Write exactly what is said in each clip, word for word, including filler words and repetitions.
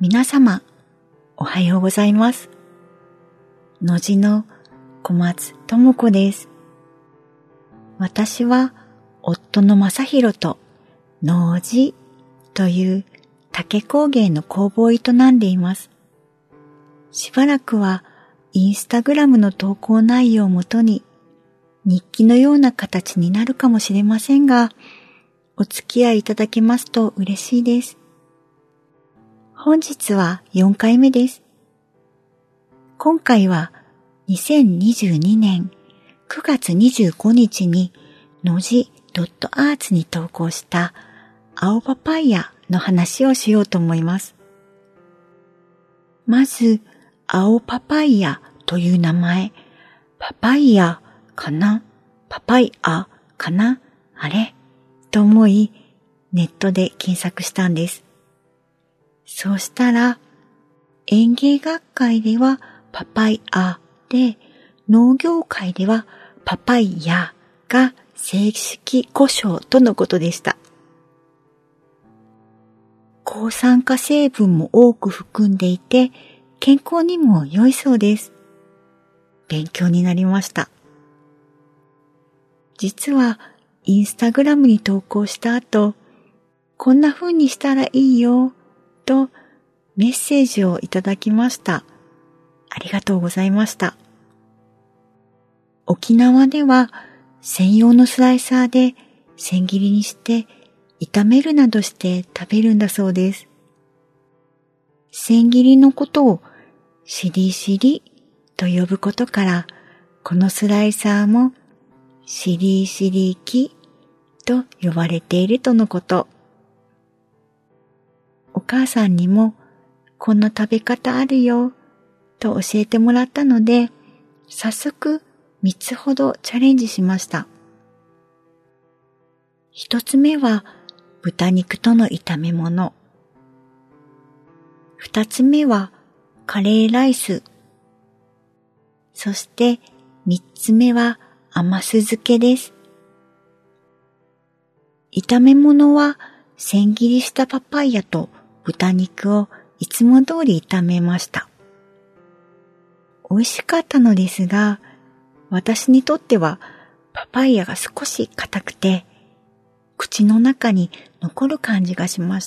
皆様、おはようございます。のじの小松智子です。私は夫の正弘とのじという竹工芸の工房を営んでいます。しばらくはインスタグラムの投稿内容をもとに日記のような形になるかもしれませんが、お付き合いいただけますと嬉しいです。本日はよんかいめです。今回はにせんにじゅうにねんくがつにじゅうごにちにのじ .arts に投稿した青パパイヤの話をしようと思います。まず、青パパイヤという名前、パパイヤかなパパイアかなあれと思い、ネットで検索したんです。そうしたら、園芸学会ではパパイアで、農業界ではパパイヤが正式呼称とのことでした。抗酸化成分も多く含んでいて、健康にも良いそうです。勉強になりました。実は、インスタグラムに投稿した後、こんな風にしたらいいよ、とメッセージをいただきました。ありがとうございました。沖縄では専用のスライサーで千切りにして炒めるなどして食べるんだそうです。千切りのことをしりしりと呼ぶことから、このスライサーもしりしりきと呼ばれているとのこと。お母さんにもこんな食べ方あるよと教えてもらったので、早速みっつほどチャレンジしました。ひとつめは豚肉との炒め物。ふたつめはカレーライス。そしてみっつめは甘酢漬けです。炒め物は千切りしたパパイヤと豚肉をいつも通り炒めました。美味しかったのですが、私にとってはパパイヤが少し硬くて、口の中に残る感じがしました。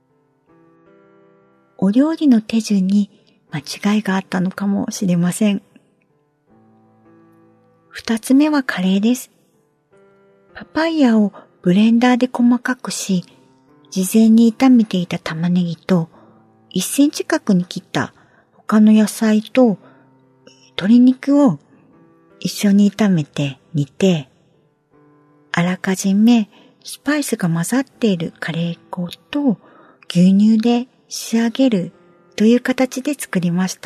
お料理の手順に間違いがあったのかもしれません。二つ目はカレーです。パパイヤをブレンダーで細かくし、事前に炒めていた玉ねぎといっセンチ角に切った他の野菜と鶏肉を一緒に炒めて煮て、あらかじめスパイスが混ざっているカレー粉と牛乳で仕上げるという形で作りました。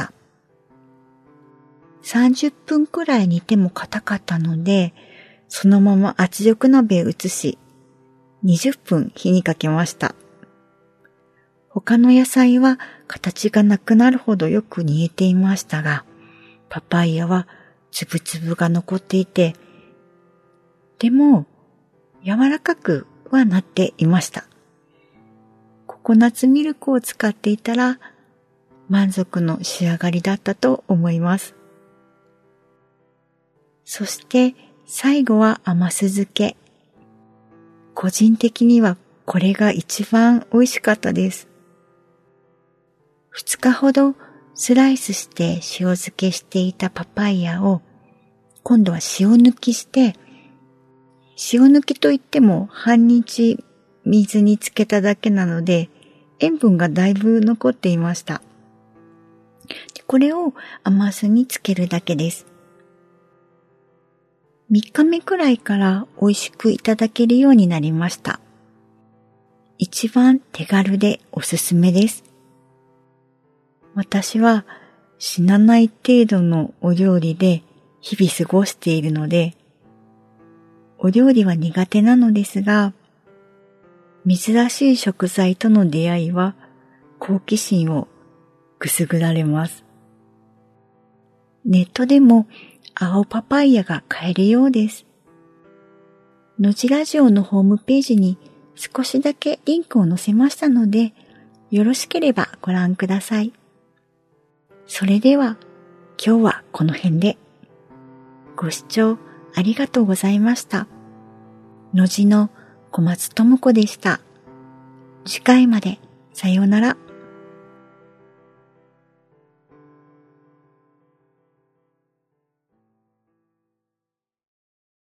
さんじゅっぷんくらい煮ても硬かったので、そのまま圧力鍋へ移し、にじゅっぷん火にかけました。他の野菜は形がなくなるほどよく煮えていましたが、パパイヤはつぶつぶが残っていて、でも柔らかくはなっていました。ココナッツミルクを使っていたら満足の仕上がりだったと思います。そして最後は甘酢漬け。個人的にはこれが一番美味しかったです。二日ほどスライスして塩漬けしていたパパイヤを今度は塩抜きして、塩抜きといっても半日水につけただけなので塩分がだいぶ残っていました。これを甘酢につけるだけです。みっかめくらいから美味しくいただけるようになりました。一番手軽でおすすめです。私は死なない程度のお料理で日々過ごしているので、お料理は苦手なのですが、珍しい食材との出会いは好奇心をくすぐられます。ネットでも青パパイヤが買えるようです。のじラジオのホームページに少しだけリンクを載せましたので、 よろしければご覧ください。それでは今日はこの辺で。ご視聴ありがとうございました。のじの小松智子でした。次回までさようなら。